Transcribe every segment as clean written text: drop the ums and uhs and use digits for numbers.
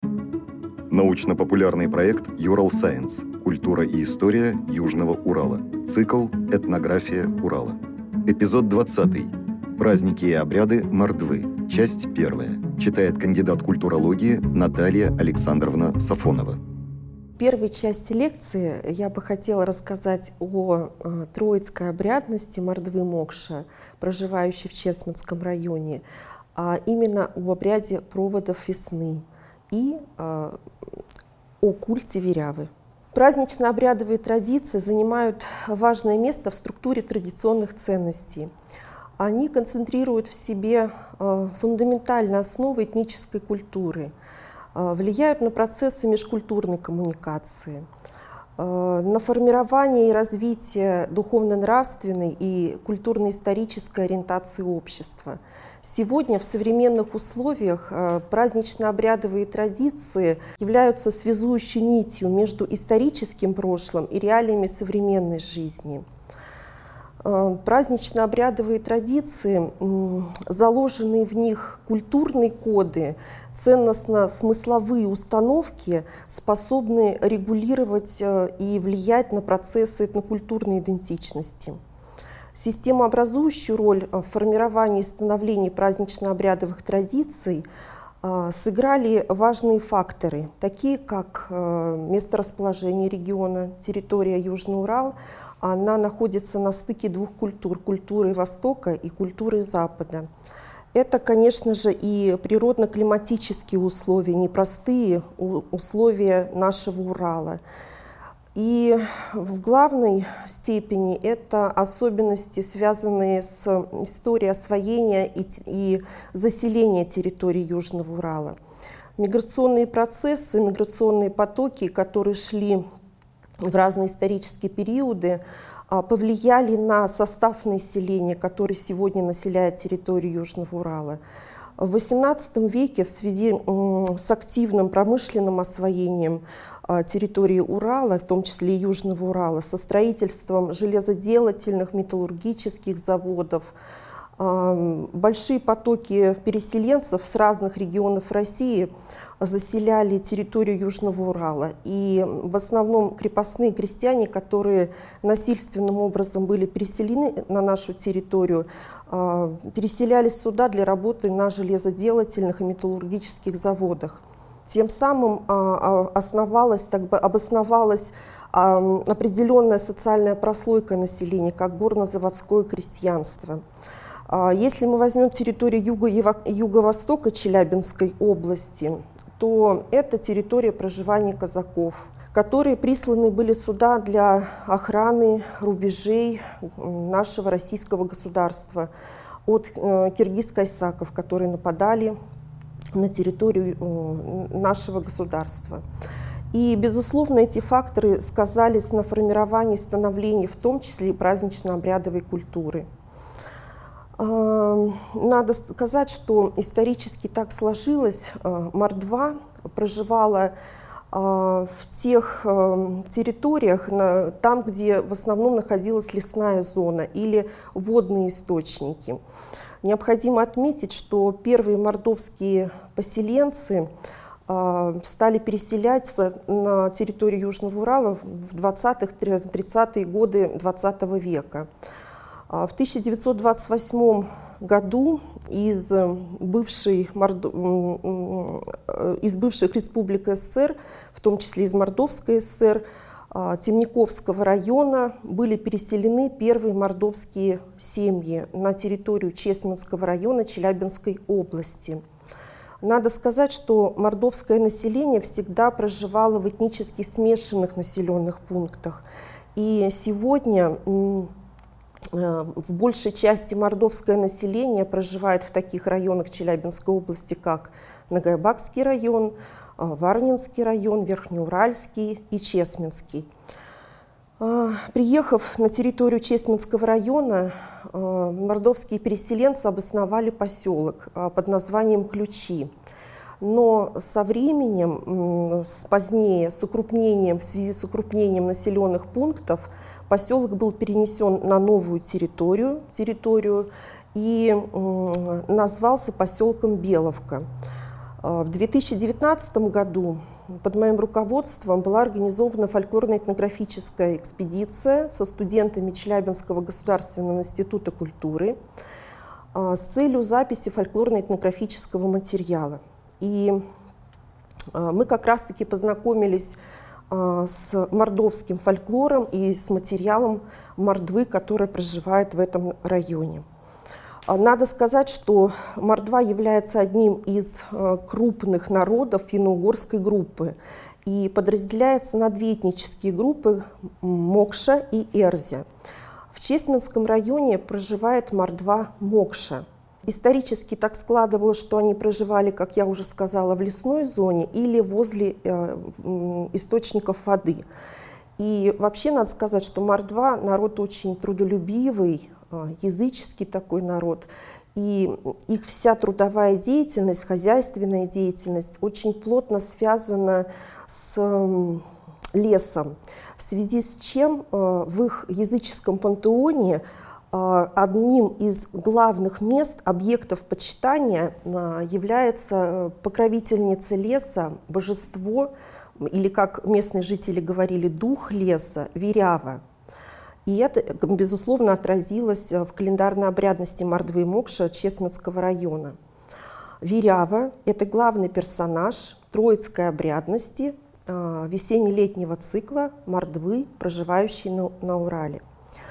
Научно-популярный проект «Ural Science. Культура и история Южного Урала». Цикл «Этнография Урала». Эпизод 20. Праздники и обряды Мордвы. Часть 1. Читает кандидат культурологии Наталья Александровна Сафонова. В первой части лекции я бы хотела рассказать о троицкой обрядности Мордвы Мокша, проживающей в Чесменском районе, а именно об обряде проводов весны и о культе Верявы. Празднично-обрядовые традиции занимают важное место в структуре традиционных ценностей. Они концентрируют в себе фундаментальные основы этнической культуры, влияют на процессы межкультурной коммуникации, на формирование и развитие духовно-нравственной и культурно-исторической ориентации общества. Сегодня в современных условиях празднично-обрядовые традиции являются связующей нитью между историческим прошлым и реалиями современной жизни. Празднично-обрядовые традиции, заложенные в них культурные коды, ценностно-смысловые установки способны регулировать и влиять на процессы этнокультурной идентичности. Системообразующую роль в формировании и становлении празднично-обрядовых традиций сыграли важные факторы, такие как месторасположение региона, территория Южный Урал. Она находится на стыке двух культур, культуры Востока и культуры Запада. Это, конечно же, и природно-климатические условия, непростые условия нашего Урала. И в главной степени это особенности, связанные с историей освоения и заселения территории Южного Урала. Миграционные процессы, миграционные потоки, которые шли в разные исторические периоды, повлияли на состав населения, который сегодня населяет территорию Южного Урала. В XVIII веке в связи с активным промышленным освоением территории Урала, в том числе и Южного Урала, со строительством железоделательных, металлургических заводов, большие потоки переселенцев с разных регионов России заселяли территорию Южного Урала. И в основном крепостные крестьяне, которые насильственным образом были переселены на нашу территорию, переселялись сюда для работы на железоделательных и металлургических заводах. Тем самым обосновалась определенная социальная прослойка населения, как горнозаводское крестьянство. Если мы возьмем территорию юго-востока Челябинской области, то это территория проживания казаков, которые присланы были сюда для охраны рубежей нашего российского государства от киргиз-кайсаков, которые нападали на территорию нашего государства. И, безусловно, эти факторы сказались на формировании и становлении, в том числе и празднично-обрядовой культуры. Надо сказать, что исторически так сложилось. Мордва проживала в тех территориях, там, где в основном находилась лесная зона или водные источники. Необходимо отметить, что первые мордовские поселенцы стали переселяться на территорию Южного Урала в 20-30-е годы XX века. В 1928 году из бывших республик СССР, в том числе из Мордовской ССР, Темниковского района, были переселены первые мордовские семьи на территорию Чесменского района Челябинской области. Надо сказать, что мордовское население всегда проживало в этнически смешанных населенных пунктах. И сегодня в большей части мордовское население проживает в таких районах Челябинской области, как Нагайбакский район, Варнинский район, Верхнеуральский и Чесменский. Приехав на территорию Чесменского района, мордовские переселенцы обосновали поселок под названием Ключи. Но со временем, позднее, в связи с укрупнением населенных пунктов, поселок был перенесен на новую территорию и назвался поселком Беловка. В 2019 году под моим руководством была организована фольклорно-этнографическая экспедиция со студентами Челябинского государственного института культуры с целью записи фольклорно-этнографического материала. И мы как раз-таки познакомились с мордовским фольклором и с материалом мордвы, которая проживает в этом районе. Надо сказать, что мордва является одним из крупных народов финно-угорской группы и подразделяется на две этнические группы – Мокша и Эрзя. В Чесменском районе проживает мордва Мокша. Исторически так складывалось, что они проживали, как я уже сказала, в лесной зоне или возле источников воды. И вообще надо сказать, что мордва – народ очень трудолюбивый, языческий такой народ. И их вся трудовая деятельность, хозяйственная деятельность очень плотно связана с лесом, в связи с чем в их языческом пантеоне одним из главных мест, объектов почитания является покровительница леса, божество, или, как местные жители говорили, дух леса, Вирява. И это, безусловно, отразилось в календарной обрядности мордвы Мокша Чесменского района. Вирява – это главный персонаж троицкой обрядности весенне-летнего цикла мордвы, проживающей на Урале.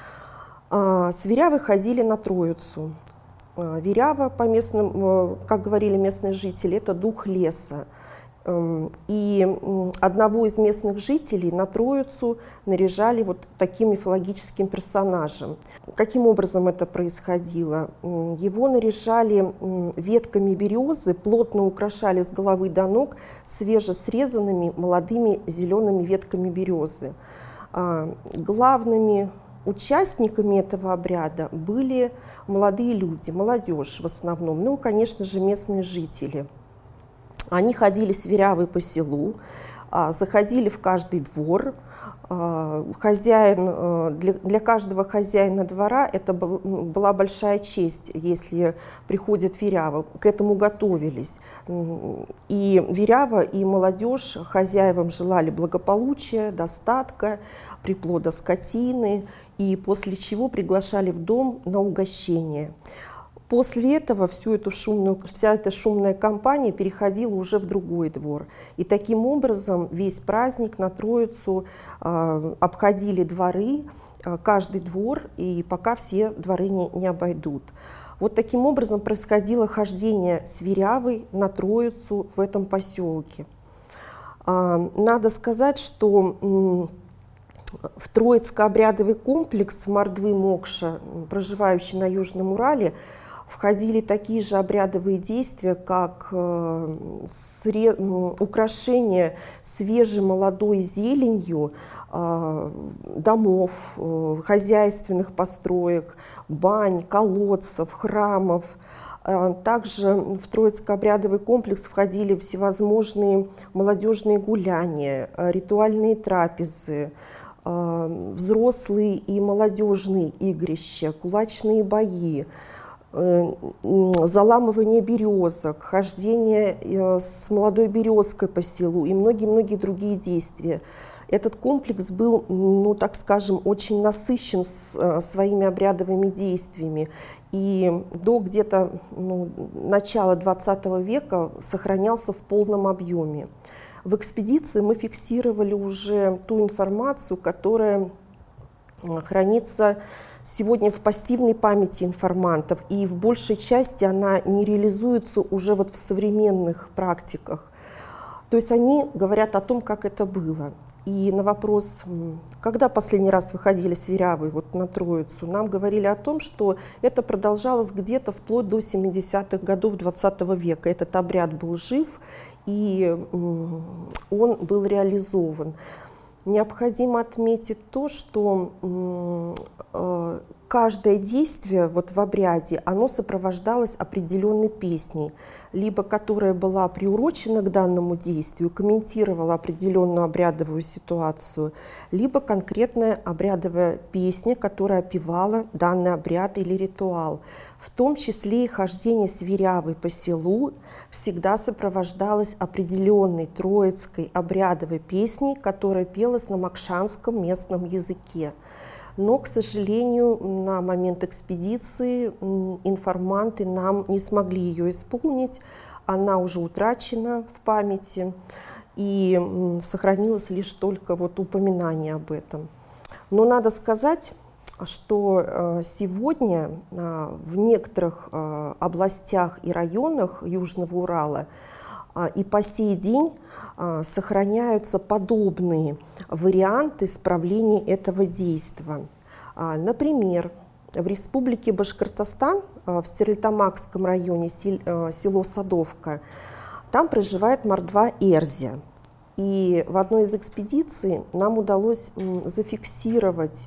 С Вирявы ходили на Троицу. Вирява, по местным, как говорили местные жители, это дух леса. И одного из местных жителей на Троицу наряжали вот таким мифологическим персонажем. Каким образом это происходило? Его наряжали ветками березы, плотно украшали с головы до ног свежесрезанными молодыми зелеными ветками березы. Главными участниками этого обряда были молодые люди, молодежь в основном, ну, конечно же, местные жители. Они ходили с Вирявой по селу, заходили в каждый двор. Для каждого хозяина двора это была большая честь, если приходит Вирява. К этому готовились. И Вирява, и молодежь хозяевам желали благополучия, достатка, приплода скотины, и после чего приглашали в дом на угощение. После этого вся эта шумная компания переходила уже в другой двор. И таким образом весь праздник на Троицу обходили дворы, каждый двор, и пока все дворы не обойдут. Вот таким образом происходило хождение с Вирявой на Троицу в этом поселке. Надо сказать, что в Троицко-обрядовый комплекс мордвы Мокша, проживающий на Южном Урале, входили такие же обрядовые действия, как украшение свежей молодой зеленью домов, хозяйственных построек, бань, колодцев, храмов. Также в Троицко-обрядовый комплекс входили всевозможные молодежные гуляния, ритуальные трапезы, взрослые и молодежные игрища, кулачные бои, заламывание березок, хождение с молодой березкой по селу и многие-многие другие действия. Этот комплекс был, ну, так скажем, очень насыщен своими обрядовыми действиями. И до где-то начала XX века сохранялся в полном объеме. В экспедиции мы фиксировали уже ту информацию, которая хранится сегодня в пассивной памяти информантов, и в большей части она не реализуется уже вот в современных практиках. То есть они говорят о том, как это было. И на вопрос, когда последний раз выходили с Вирявой вот на Троицу, нам говорили о том, что это продолжалось где-то вплоть до 70-х годов XX века. Этот обряд был жив, и он был реализован. Необходимо отметить то, что каждое действие в обряде, оно сопровождалось определенной песней, либо которая была приурочена к данному действию, комментировала определенную обрядовую ситуацию, либо конкретная обрядовая песня, которая опевала данный обряд или ритуал. В том числе и хождение свирявой по селу всегда сопровождалось определенной троицкой обрядовой песней, которая пелась на макшанском местном языке. Но, к сожалению, на момент экспедиции информанты нам не смогли ее исполнить. Она уже утрачена в памяти, и сохранилось лишь только упоминание об этом. Но надо сказать, что сегодня в некоторых областях и районах Южного Урала и по сей день сохраняются подобные варианты исправления этого действия. Например, в Республике Башкортостан, в Стерлитамакском районе, село Садовка, там проживает мордва Эрзя. И в одной из экспедиций нам удалось зафиксировать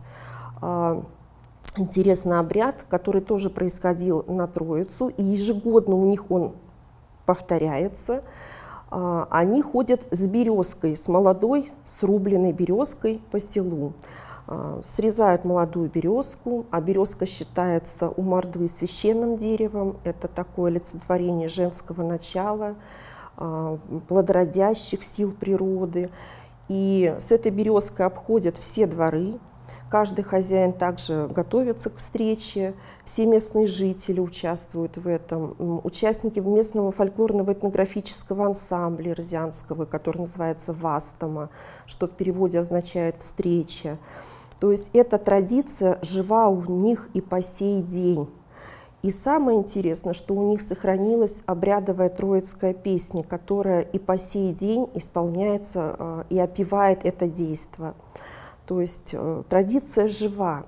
интересный обряд, который тоже происходил на Троицу, и ежегодно у них он повторяется. Они ходят с березкой, с молодой срубленной березкой по селу. Срезают молодую березку, а березка считается у мордвы священным деревом. Это такое олицетворение женского начала, плодородящих сил природы. И с этой березкой обходят все дворы. Каждый хозяин также готовится к встрече, все местные жители участвуют в этом. Участники местного фольклорного этнографического ансамбля эрзянского, который называется «Вастома», что в переводе означает «встреча». То есть эта традиция жива у них и по сей день. И самое интересное, что у них сохранилась обрядовая троицкая песня, которая и по сей день исполняется и опевает это действо. То есть традиция жива,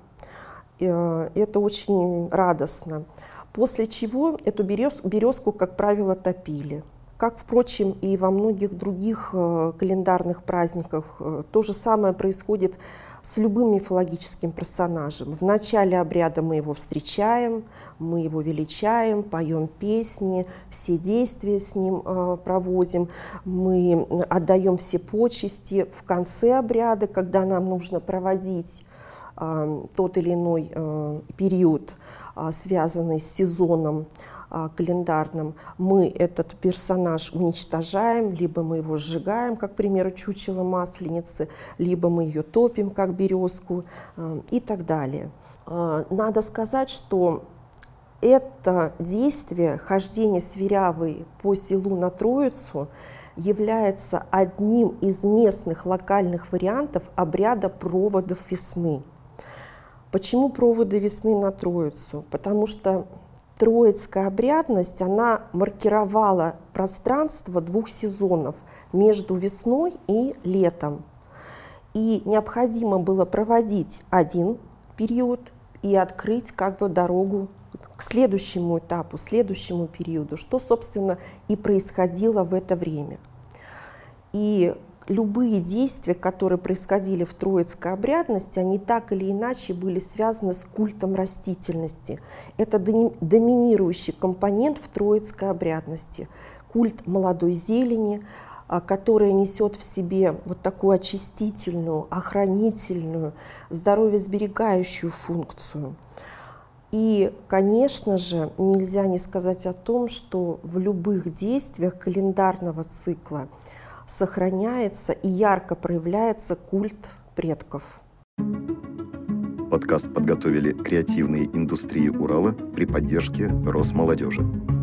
это очень радостно. После чего эту березку, как правило, топили. Как, впрочем, и во многих других календарных праздниках. То же самое происходит с любым мифологическим персонажем. В начале обряда мы его встречаем, мы его величаем, поем песни, все действия с ним проводим, мы отдаем все почести. В конце обряда, когда нам нужно проводить тот или иной период, связанный с сезоном календарным, мы этот персонаж уничтожаем, либо мы его сжигаем, как, к примеру, чучело масленицы, либо мы ее топим, как березку, и так далее. Надо сказать, что это действие, хождение свирявой по селу на Троицу, является одним из местных локальных вариантов обряда проводов весны. Почему проводы весны на Троицу? Потому что троицкая обрядность, она маркировала пространство двух сезонов между весной и летом. И необходимо было проводить один период и открыть дорогу к следующему этапу, следующему периоду, что, собственно, и происходило в это время. И любые действия, которые происходили в троицкой обрядности, они так или иначе были связаны с культом растительности. Это доминирующий компонент в троицкой обрядности. Культ молодой зелени, которая несет в себе такую очистительную, охранительную, здоровьесберегающую функцию. И, конечно же, нельзя не сказать о том, что в любых действиях календарного цикла сохраняется и ярко проявляется культ предков. Подкаст подготовили креативные индустрии Урала при поддержке Росмолодежи.